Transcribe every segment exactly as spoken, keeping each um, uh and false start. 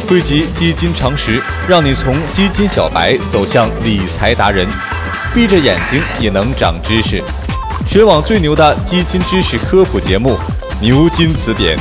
汇集基金常识，让你从基金小白走向理财达人，闭着眼睛也能长知识。全网最牛的基金知识科普节目《牛津词典》。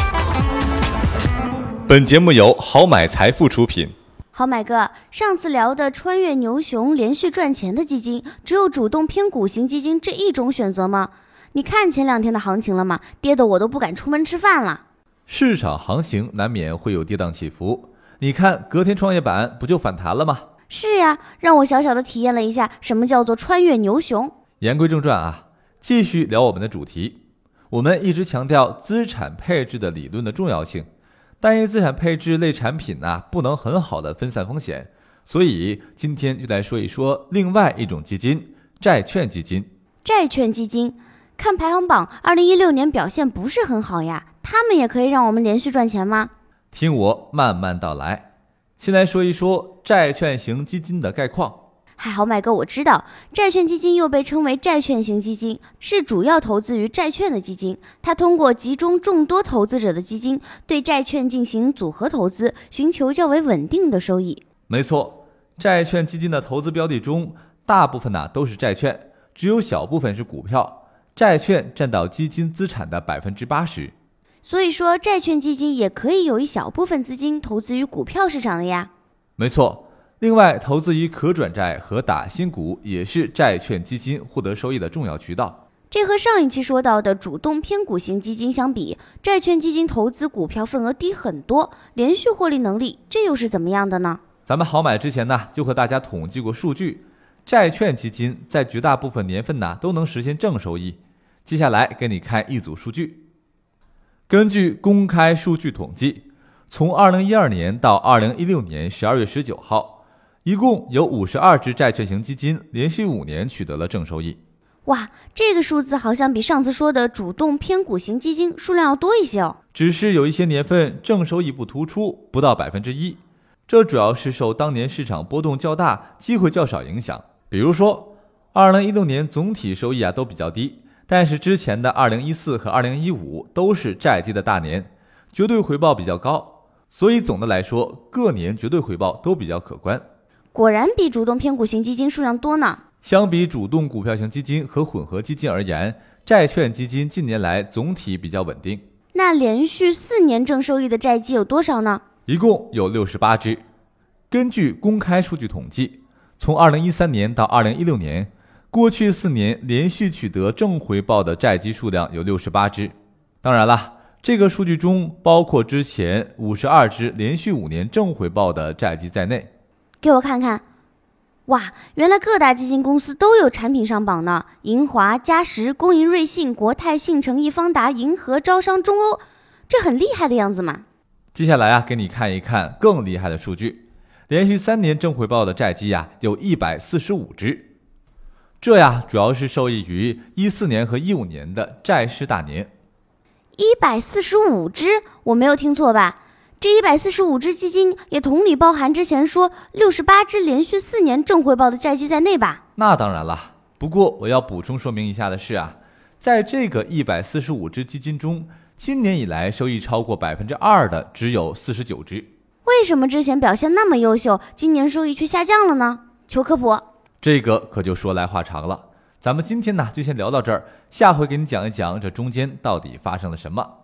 本节目由好买财富出品。 好买哥，上次聊的穿越牛熊连续赚钱的基金，只有主动偏股型基金这一种选择吗？你看前两天的行情了吗？跌得我都不敢出门吃饭了。 市场行情难免会有跌宕起伏，你看隔天创业板不就反弹了吗？ 是呀，让我小小的体验了一下什么叫做穿越牛熊。 言归正传啊，继续聊我们的主题。我们一直强调资产配置的理论的重要性，单一资产配置类产品啊，不能很好的分散风险，所以今天就来说一说另外一种基金——债券基金。 债券基金，看排行榜，二零一六年表现不是很好呀，他们也可以让我们连续赚钱吗？ 听我慢慢道来。先来说一说债券型基金的概况。 还好买哥，我知道债券基金又被称为债券型基金，是主要投资于债券的基金。它通过集中众多投资者的基金，对债券进行组合投资，寻求较为稳定的收益。 没错，债券基金的投资标的中，大部分呢都是债券，只有小部分是股票。债券占到基金资产的百分之八十。 所以说，债券基金也可以有一小部分资金投资于股票市场的呀。 没错。另外，投资于可转债和打新股也是债券基金获得收益的重要渠道。 这和上一期说到的主动偏股型基金相比，债券基金投资股票份额低很多，连续获利能力这又是怎么样的呢？ 咱们好买之前呢，就和大家统计过数据，债券基金在绝大部分年份呢都能实现正收益。接下来给你看一组数据。根据公开数据统计，从二零一二年到二零一六年十二月十九号。一共有五十二只债券型基金连续五年取得了正收益。 哇，这个数字好像比上次说的主动偏股型基金数量要多一些哦。 只是有一些年份正收益不突出，不到百分之一，这主要是受当年市场波动较大、机会较少影响。比如说，二零一六年总体收益啊都比较低，但是之前的二零一四和二零一五都是债基的大年，绝对回报比较高，所以总的来说，各年绝对回报都比较可观。 果然比主动偏股型基金数量多呢。 相比主动股票型基金和混合基金而言，债券基金近年来总体比较稳定。 那连续四年正收益的债基有多少呢？ 一共有六十八只。根据公开数据统计，从二零一三年到二零一六年，过去四年连续取得正回报的债基数量有六十八只。当然了，这个数据中包括之前五十二只连续五年正回报的债基在内。 给我看看，哇，原来各大基金公司都有产品上榜呢，银华、嘉实、工银、瑞信、国泰、信诚、易方达、银河、招商、中欧，这很厉害的样子嘛。 接下来啊，给你看一看更厉害的数据，连续三年正回报的债基呀、啊，有一百四十五只。这呀，主要是受益于一四年和一五年的债市大年。 一百四十五只，我没有听错吧？这一百四十五只基金也同理包含之前说六十八只连续四年正回报的债基在内吧？ 那当然了。不过我要补充说明一下的是啊，在这个一百四十五只基金中，今年以来收益超过百分之二的只有四十九只。 为什么之前表现那么优秀，今年收益却下降了呢？求科普。 这个可就说来话长了。咱们今天呢就先聊到这儿，下回给你讲一讲这中间到底发生了什么。